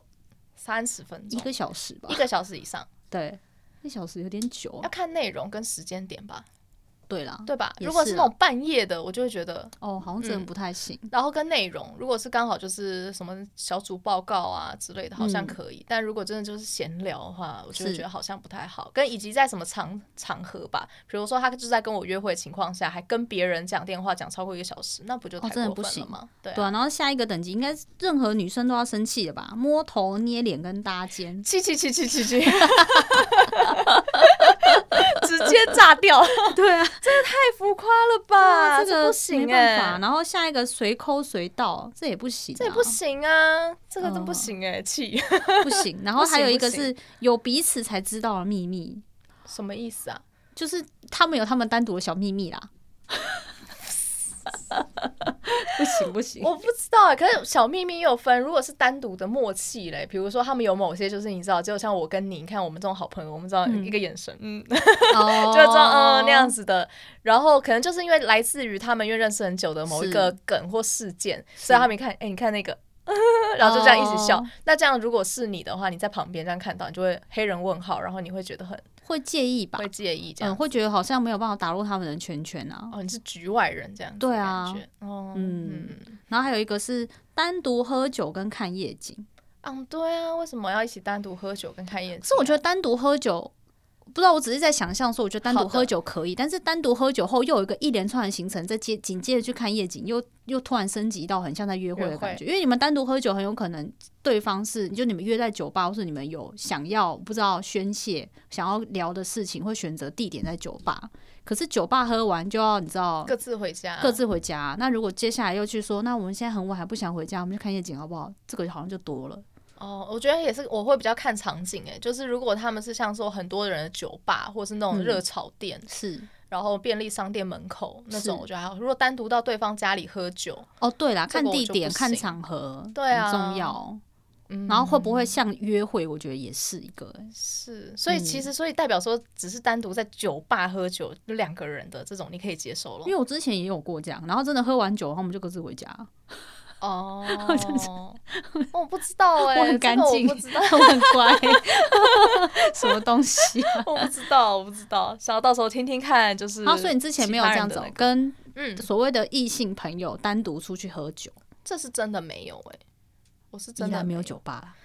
？30分钟，1 个小时吧 ，1个小时以上。 对，1小时有点久， 要看内容跟时间点吧。 对啦， 对吧？如果是那种半夜的，我就会觉得好像真的不太行。 然后跟内容，如果是刚好就是什么小组报告啊之类的，好像可以。但如果真的就是闲聊的话，我就会觉得好像不太好。以及在什么场合吧，比如说他就在跟我约会的情况下，还跟别人讲电话讲超过1个小时，那不就太过分了吗？对啊。 然后下一个等级应该任何女生都要生气的吧？摸头、捏脸跟搭肩， 气，直接炸掉。 对啊， 这个太浮夸了吧？ 这个不行没办法。然后下一个随抠随到，这也不行， 这也不行啊，这个真不行气不行。然后还有一个是有彼此才知道的秘密， 什么意思啊？ 就是他们有他们单独的小秘密啦。不行， 我不知道可是小秘密又有分，如果是单独的默契嘞，比如说他们有某些就是你知道，就像我跟你看我们这种好朋友，我们知道一个眼神，就知道那样子的，然后可能就是因为来自于他们因为认识很久的某一个梗或事件，所以他们看你看那个然后就这样一直笑。那这样如果是你的话，你在旁边这样看到，你就会黑人问号，然后你会觉很会介意吧？ 会介意这样， 会觉得好像没有办法打入他们的圈圈啊。 你是局外人这样子， 对啊， 感觉然后还有一个是单独喝酒跟看夜景对啊，为什么要一起单独喝酒跟看夜景？ 是我觉得单独喝酒。不知道，我只是在想象说，我觉得单独喝酒可以，但是单独喝酒后又有一个一连串的行程，再紧接着去看夜景，又突然升级到很像在约会的感觉。因为你们单独喝酒，很有可能对方是就你们约在酒吧，或是你们有想要不知道宣泄、想要聊的事情，会选择地点在酒吧。可是酒吧喝完就要你知道各自回家， 那如果接下来又去说，那我们现在很晚还不想回家，我们去看夜景好不好？这个好像就多了。 我觉得也是，我会比较看场景就是如果他们是像说很多人的酒吧，或是那种热炒店， 是， 然后便利商店门口那种，我觉得还好。如果单独到对方家里喝酒， 对啦，看地点、看场合， 对啊， 很重要。然后会不会像约会，我觉得也是一个是，所以其实所以代表说，只是单独在酒吧喝酒就2个人的这种，你可以接受了。 因为我之前也有过这样，然后真的喝完酒，然后我们就各自回家。 我不知道我很干净， 我不知道， 我很乖，什么东西啊？ 我不知道，想要到时候听听看，就是。 所以你之前没有这样子跟所谓的异性朋友单独出去喝酒？ 这是真的没有我是真的没有酒吧啦。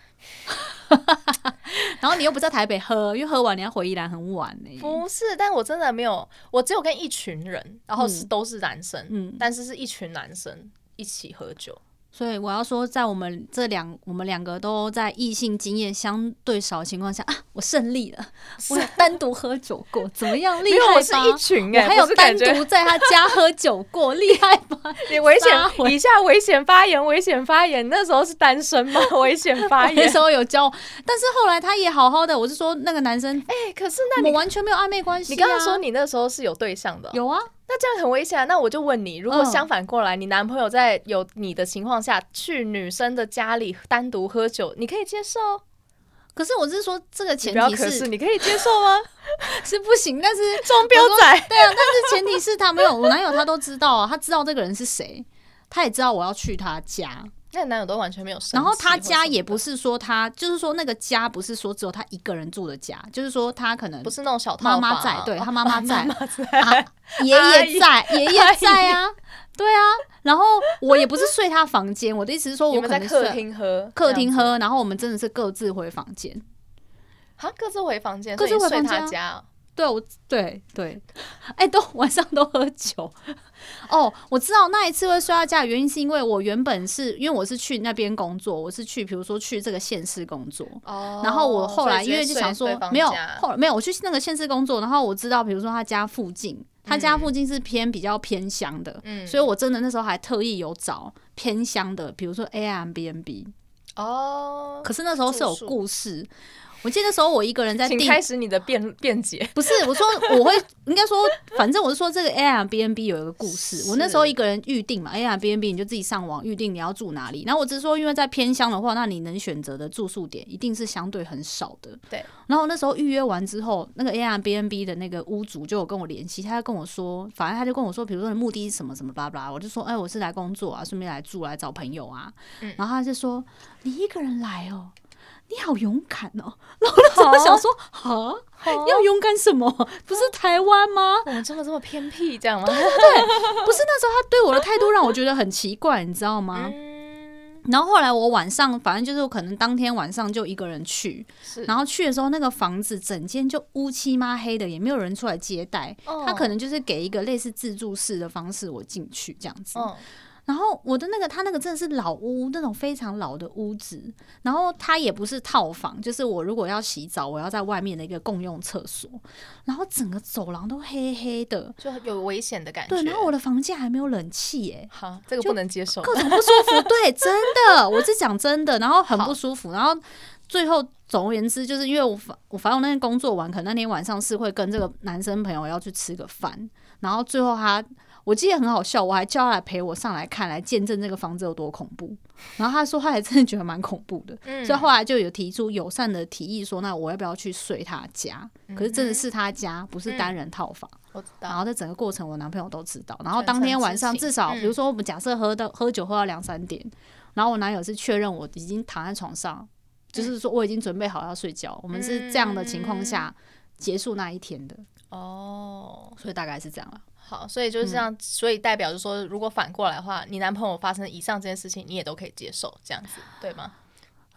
然后你又不在台北喝，因为喝完你要回宜兰很晚不是，但我真的没有，我只有跟一群人，然后都是男生，但是是一群男生一起喝酒。 所以我要说，在我们两个都在异性经验相对少的情况下我胜利了。我有单独喝酒过，怎么样？厉害吧？ 我是一群我还有单独在他家喝酒过，厉害吧？ 你以下危险发言，那时候是单身吗？危险发言， 那时候有交，但是后来他也好好的。我是说那个男生， 可是那我们完全没有暧昧关系。 你刚刚说你那时候是有对象的， 有啊。 那这样很危险啊！那我就问你，如果相反过来，你男朋友在有你的情况下去女生的家里单独喝酒，你可以接受？ 可是我是说，这个前提是你可以接受吗？ 是不行，但是装标仔。 对啊，但是前提是他没有，我男友他都知道啊，他知道这个人是谁，他也知道我要去他家。 那男友都完全没有生气， 然后他家也不是说就是说那个家不是说只有他一个人住的家，就是说他可能不是那种小套房， 妈妈在，对他妈妈在，爷爷在啊，对啊。然后我也不是睡他房间，我的意思是说我可能在客厅喝，然后我们真的是各自回房间。 各自回房间，各自回房间，睡他家。 对，都晚上都喝酒。我知道那一次会睡他家的原因是因为我原本是因为我是去那边工作，我是去比如说去这个县市工作，然后我后来因为就想说没有，我去那个县市工作，然后我知道比如说他家附近是比较偏乡的，所以我真的那时候还特意有找偏乡的，比如说 Airbnb。可是那时候是有故事。我记得那时候我一个人在请开始你的辩解。 不是，我说应该说，反正我是说这个 Airbnb 有一个故事。我那时候一个人预定嘛 ，Airbnb 你就自己上网预定你要住哪里。然后我只是说，因为在偏乡的话，那你能选择的住宿点一定是相对很少的。 对。 然后那时候预约完之后，那个 Airbnb 的那个屋主就有跟我联系，他就跟我说，反正他就跟我说，比如说你目的是什么什么巴拉巴拉，我就说，我是来工作啊，顺便来住来找朋友啊。然后他就说，你一个人来哦。你好勇敢哦！然后那时候想说，要勇敢什么？不是台湾吗？ 我们真的这么偏僻，这样吗？ 对，不是那时候他对我的态度让我觉得很奇怪，你知道吗？然后后来我晚上，反正就是可能当天晚上就一个人去，然后去的时候，那个房子整间就乌漆嘛黑的，也没有人出来接待。他可能就是给一个类似自助式的方式，我进去这样子。然后我的他那个真的是老屋，那种非常老的屋子。然后它也不是套房，就是我如果要洗澡，我要在外面的一个共用厕所。然后整个走廊都黑黑的， 就有危险的感觉。 对，然后我的房间还没有冷气耶， 这个不能接受， 各种不舒服。对，真的，我是讲真的，然后很不舒服。然后最后总而言之，就是因为我反正我那天工作完，可能那天晚上是会跟这个男生朋友要去吃个饭，然后最后我记得很好笑，我还叫他来陪我上来看，来见证这个房子有多恐怖。然后他说他还真的觉得蛮恐怖的，所以后来就有提出友善的提议说，那我要不要去睡他家？可是真的是他家，不是单人套房。 我知道。 然后在整个过程，我男朋友都知道。然后当天晚上至少，比如说我们假设喝酒喝到2-3点，然后我男友是确认我已经躺在床上，就是说我已经准备好要睡觉，我们是这样的情况下结束那一天的。所以大概是这样了。 好，所以就是这样，所以代表就是说，如果反过来的话，你男朋友发生以上这件事情，你也都可以接受，这样子，对吗？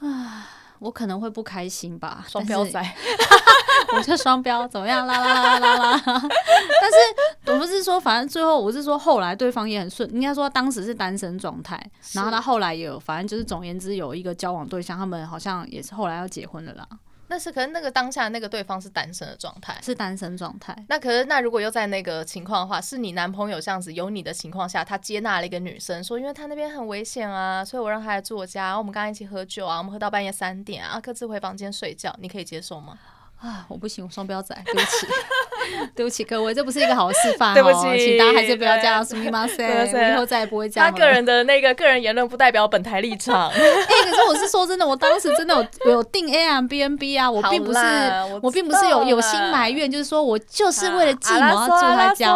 我可能会不开心吧， 双标仔我就双标怎么样啦啦啦啦啦但是我不是说反正最后我是说后来对方也很顺，应该说当时是单身状态，然后他后来也有反正就是总而言之有一个交往对象，他们好像也是后来要结婚了啦。 可是那个当下那个对方是单身的状态， 是单身状态。 那如果又在那个情况的话，是你男朋友这样子有你的情况下，他接纳了一个女生，说因为他那边很危险啊，所以我让他来住我家，我们刚刚一起喝酒啊，我们喝到半夜3点啊，各自回房间睡觉，你可以接受吗？ 我不行，我双标仔，对不起，对不起各位，这不是一个好示范对不起， 请大家还是不要这样，すみません，我以后再也不会这样了。 他个人的那个个人言论不代表本台立场。 可是我是说真的，我当时真的有订 Airbnb 啊，我并不是有心埋怨，就是说我就是为了寂寞要住他家。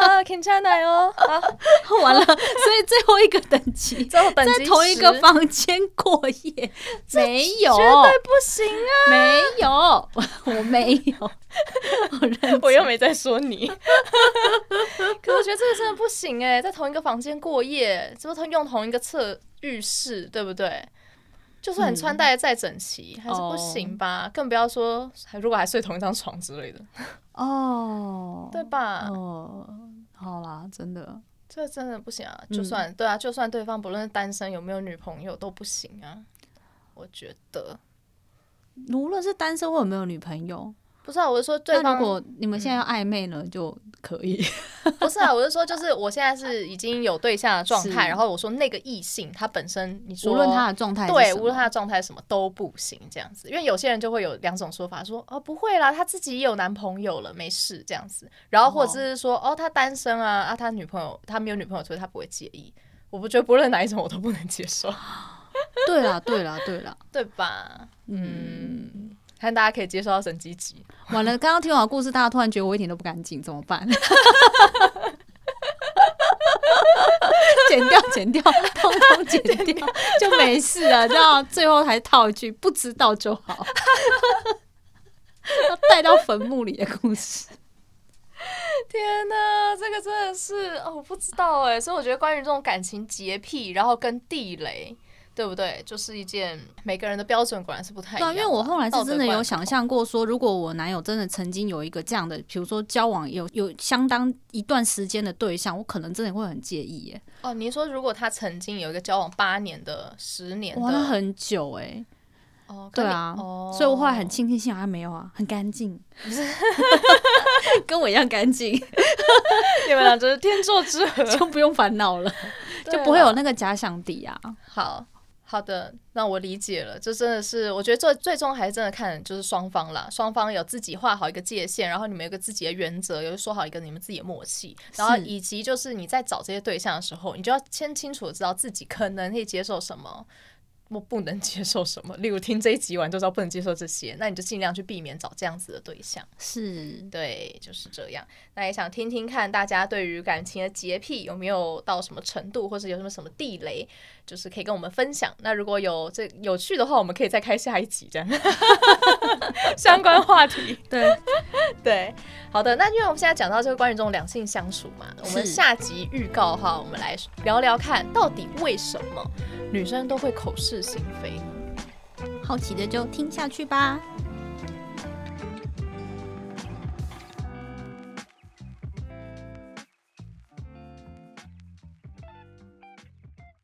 完了，所以最后一个等级在同一个房间过夜，没有， 绝对不行啊， 没有。我没有， 我又没在说你。可我觉得这个真的不行在同一个房间过夜，是不是用同一个浴室，对不对？就算你穿戴的再整齐，还是不行吧？更不要说如果还睡同一张床之类的。对吧？ 好啦，真的， 这真的不行啊！就算对啊，就算对方不论是单身有没有女朋友都不行啊，我觉得。 无论是单身或有没有女朋友， 不是啊，我是说对方。 如果你们现在要暧昧呢，就可以。 不是啊，我是说，就是我现在是已经有对象的状态，然后我说那个异性他本身，你说无论他的状态， 对，无论他的状态什么都不行这样子，因为有些人就会有2种说法，说不会啦，他自己也有男朋友了，没事这样子，然后或者是说他单身啊，他没有女朋友，所以他不会介意。我不觉得不论哪一种我都不能接受。 对啦， 对吧？看大家可以接受到神机级。 完了，刚刚听完故事，大家突然觉得我一点都不干净，怎么办？剪掉，通通剪掉，就没事了。这样最后还套一句不知道就好，要带到坟墓里的故事。 天哪，这个真的是我不知道所以我觉得关于这种感情洁癖，然后跟地雷，对不对？就是一件每个人的标准果然是不太一样。 对，因为我后来是真的有想象过说，如果我男友真的曾经有一个这样的，比如说交往有相当一段时间的对象，我可能真的会很介意耶。 你说如果他曾经有一个交往8年的、10年的， 哇，那很久对啊，所以我后来很庆幸他没有啊，很干净，跟我一样干净。 你们俩真是天作之合， 就不用烦恼了，就不会有那个假想敌啊。 好的，那我理解了。这真的是，我觉得最终还是真的看就是双方啦，双方有自己画好一个界限，然后你们有个自己的原则，有说好一个你们自己的默契，然后以及就是你在找这些对象的时候，你就要先清楚的知道自己可能可以接受什么。我不能接受什么，例如听这一集完就知道不能接受这些，那你就尽量去避免找这样子的对象。 是， 对，就是这样。那也想听听看大家对于感情的洁癖有没有到什么程度，或是有什么地雷，就是可以跟我们分享。那如果有这有趣的话，我们可以再开下一集这样相关话题。对，好的。那因为我们现在讲到这个关于这种两性相处嘛，我们下集预告的话，我们来聊聊看到底为什么女生都会口是心非呢？ 好奇的就听下去吧。